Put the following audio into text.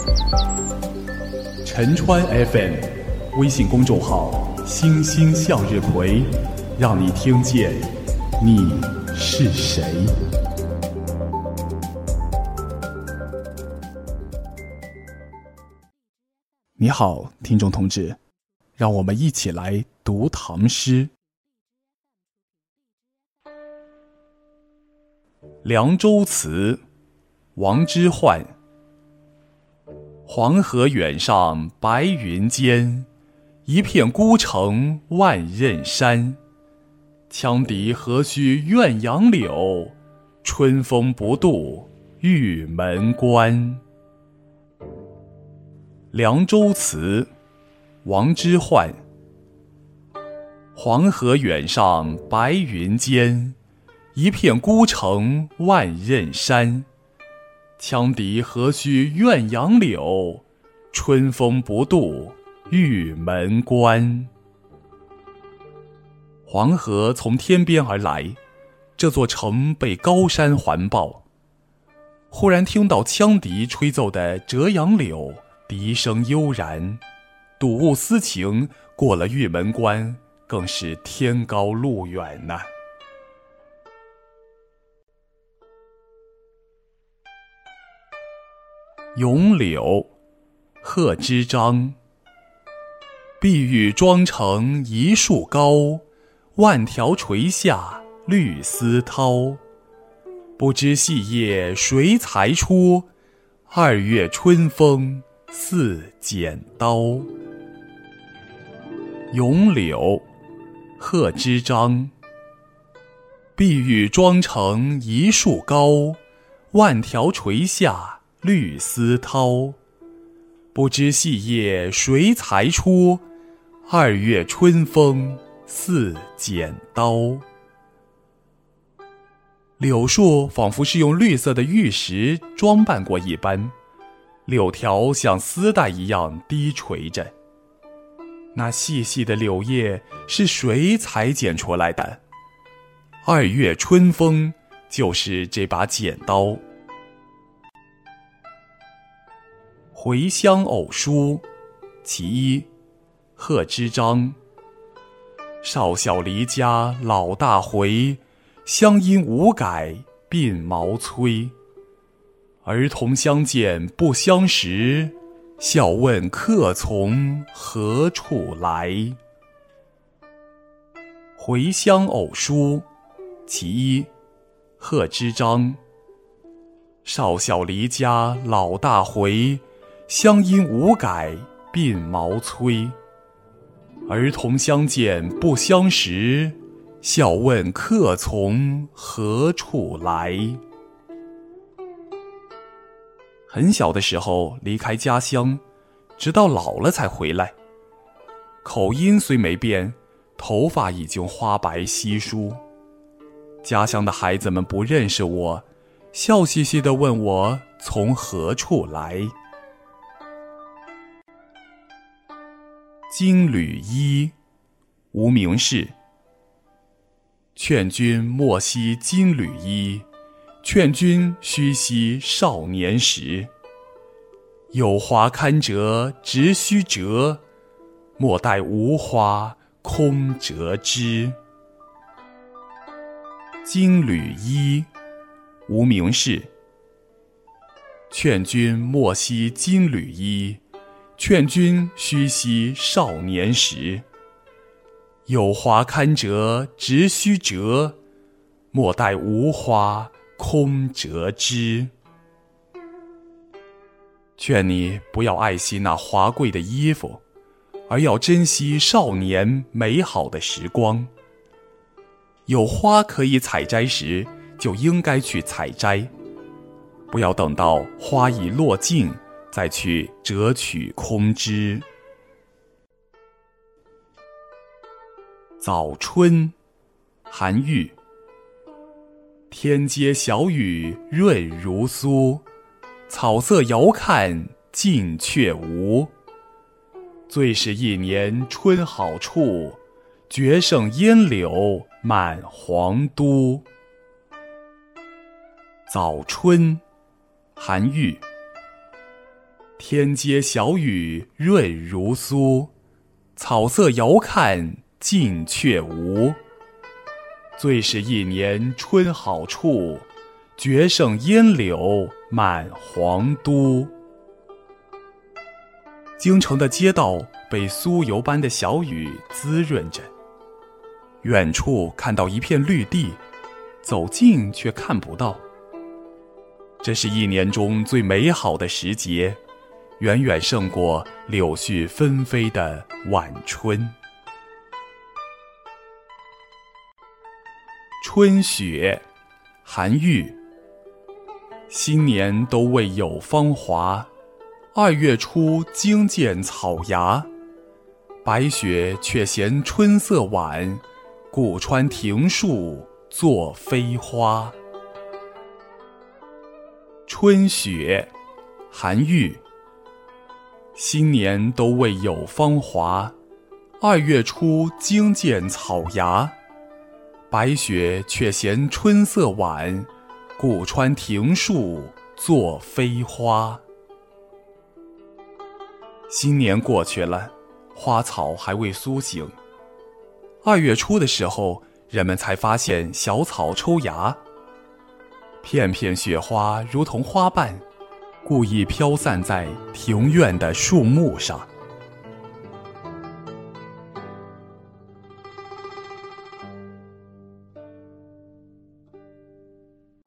陈川 FM 微信公众号星星向日葵，让你听见你是谁。你好，听众同志，让我们一起来读唐诗。凉州词，王之涣。黄河远上白云间，一片孤城万仞山。羌笛何须怨杨柳，春风不度玉门关。凉州词，王之涣。黄河远上白云间，一片孤城万仞山。羌笛何须怨杨柳，春风不度玉门关。黄河从天边而来，这座城被高山环抱。忽然听到羌笛吹奏的《折杨柳》，笛声悠然，睹物思情，过了玉门关，更是天高路远呐。咏柳，贺知章。碧玉妆成一树高，万条垂下绿丝绦。不知细叶谁裁出，二月春风似剪刀。咏柳，贺知章。碧玉妆成一树高，万条垂下绿丝绦。不知细叶谁裁出，二月春风似剪刀。柳树仿佛是用绿色的玉石装扮过一般，柳条像丝带一样低垂着。那细细的柳叶是谁裁剪出来的？二月春风就是这把剪刀。回乡偶书，其一，贺知章。少小离家老大回，乡音无改鬓毛衰。儿童相见不相识，笑问客从何处来。回乡偶书，其一，贺知章。少小离家老大回，乡音无改鬓毛衰。儿童相见不相识，笑问客从何处来。很小的时候离开家乡，直到老了才回来。口音虽没变，头发已经花白稀疏。家乡的孩子们不认识我，笑嘻嘻地问我从何处来。金缕衣，无名氏。劝君莫惜金缕衣，劝君须惜少年时。有花堪折直须折，莫待无花空折枝。金缕衣，无名氏。劝君莫惜金缕衣，劝君须惜少年时。有花堪折直须折，莫待无花空折枝。劝你不要爱惜那华贵的衣服，而要珍惜少年美好的时光。有花可以采摘时，就应该去采摘，不要等到花已落尽，再去折取空枝。早春，韩愈。天街小雨润如酥，草色遥看近却无。最是一年春好处，绝胜烟柳满皇都。早春，韩愈。 天街小雨润如酥，草色遥看近却无。最是一年春好处，绝胜烟柳满皇都。京城的街道被酥油般的小雨滋润着，远处看到一片绿地，走近却看不到。这是一年中最美好的时节，远远胜过柳絮纷飞的晚春。春雪，韩愈。新年都未有芳华，2月初惊见草芽。白雪却嫌春色晚，故穿庭树作飞花。春雪，韩愈。新年都未有芳华，2月初惊见草芽。白雪却嫌春色晚，故穿庭树作飞花。新年过去了，花草还未苏醒。2月初的时候，人们才发现小草抽芽。片片雪花如同花瓣，故意飘散在庭院的树木上。